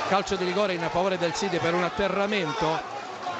calcio di rigore in favore del City per un atterramento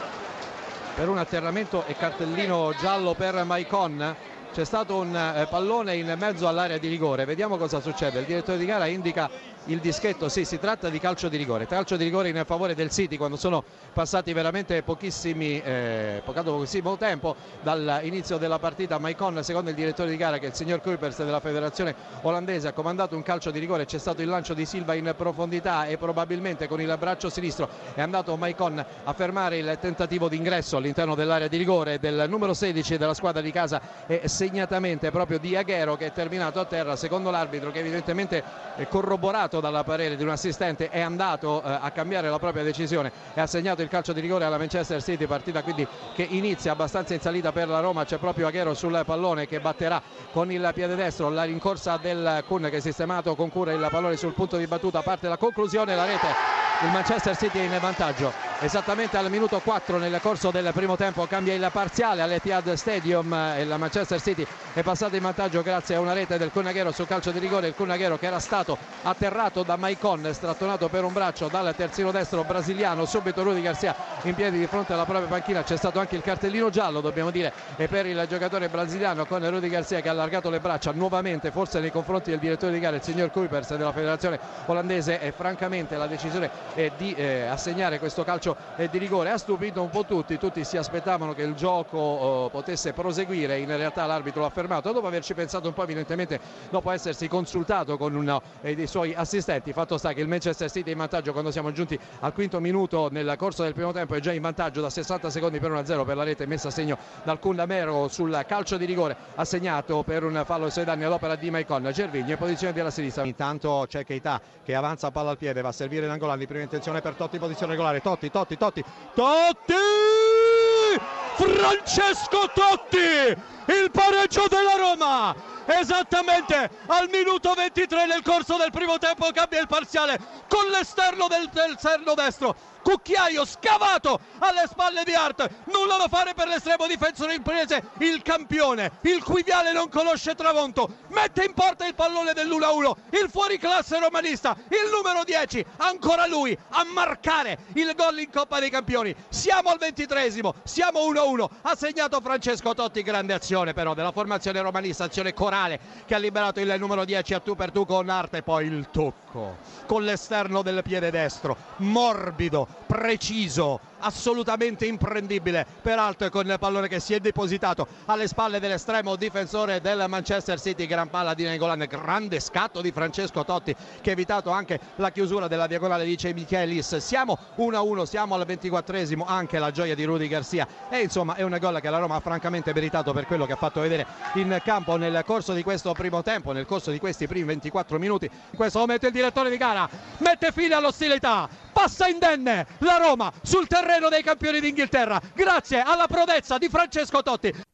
e cartellino giallo per Maicon. C'è stato un pallone in mezzo all'area di rigore, vediamo cosa succede. Il direttore di gara indica il dischetto, sì, si tratta di calcio di rigore in favore del City quando sono passati veramente pochissimo tempo dall'inizio della partita. Maicon, secondo il direttore di gara, che è il signor Kuipers della federazione olandese, ha comandato un calcio di rigore. C'è stato il lancio di Silva in profondità e probabilmente con il braccio sinistro è andato Maicon a fermare il tentativo di ingresso all'interno dell'area di rigore del numero 16 della squadra di casa e segnatamente proprio di Aguero, che è terminato a terra. Secondo l'arbitro, che evidentemente è corroborato dalla parere di un assistente, è andato a cambiare la propria decisione e ha segnato il calcio di rigore alla Manchester City, partita quindi che inizia abbastanza in salita per la Roma. C'è proprio Aguero sul pallone che batterà con il piede destro la rincorsa del Kun, che è sistemato con cura il pallone sul punto di battuta. Parte la conclusione, la rete, il Manchester City è in vantaggio esattamente al minuto 4 nel corso del primo tempo. Cambia il parziale all'Etihad Stadium e la Manchester City è passata in vantaggio grazie a una rete del Kun Aguero sul calcio di rigore. Il Kun Aguero, che era stato atterrato da Maicon, strattonato per un braccio dal terzino destro brasiliano. Subito Rudy Garcia in piedi di fronte alla propria panchina. C'è stato anche il cartellino giallo, dobbiamo dire, e per il giocatore brasiliano, con Rudy Garcia che ha allargato le braccia nuovamente, forse nei confronti del direttore di gara, il signor Kuipers della federazione olandese. E francamente la decisione di assegnare questo calcio di rigore ha stupito un po' tutti si aspettavano che il gioco potesse proseguire. In realtà l'arbitro l'ha fermato dopo averci pensato un po', evidentemente dopo essersi consultato con uno dei suoi assistenti. Fatto sta che il Manchester City è in vantaggio quando siamo giunti al quinto minuto nel corso del primo tempo, è già in vantaggio da 60 secondi per 1-0 per la rete messa a segno dal Kun Aguero sul calcio di rigore assegnato per un fallo ai suoi danni all'opera di Maicon. Gervigno in posizione della sinistra, intanto c'è Keita che avanza palla al piede, va a servire in Nainggolan, di prima intenzione per Totti in posizione regolare. Totti, Francesco Totti, il pareggio della Roma esattamente al minuto 23 nel corso del primo tempo. Cambia il parziale con l'esterno del serno destro, cucchiaio scavato alle spalle di Hart, nulla da fare per l'estremo difensore imprese. Il campione, il cui viale non conosce tramonto, mette in porta il pallone dell'1-1, il fuoriclasse romanista, il numero 10, ancora lui a marcare il gol in Coppa dei Campioni. Siamo al 23esimo, siamo 1-1, ha segnato Francesco Totti. Grande azione però della formazione romanista, azione corale che ha liberato il numero 10 a tu per tu con Hart, e poi il tocco con l'esterno del piede destro, morbido, preciso, assolutamente imprendibile, peraltro con il pallone che si è depositato alle spalle dell'estremo difensore del Manchester City. Gran palla di Nainggolan, grande scatto di Francesco Totti che ha evitato anche la chiusura della diagonale di Cei Michelis. Siamo 1-1, siamo al 24esimo, anche la gioia di Rudy Garcia, e insomma è un gol che la Roma ha francamente meritato per quello che ha fatto vedere in campo nel corso di questo primo tempo, nel corso di questi primi 24 minuti. In questo momento il direttore di gara mette fine all'ostilità, passa indenne la Roma sul terreno dei campioni d'Inghilterra grazie alla prodezza di Francesco Totti.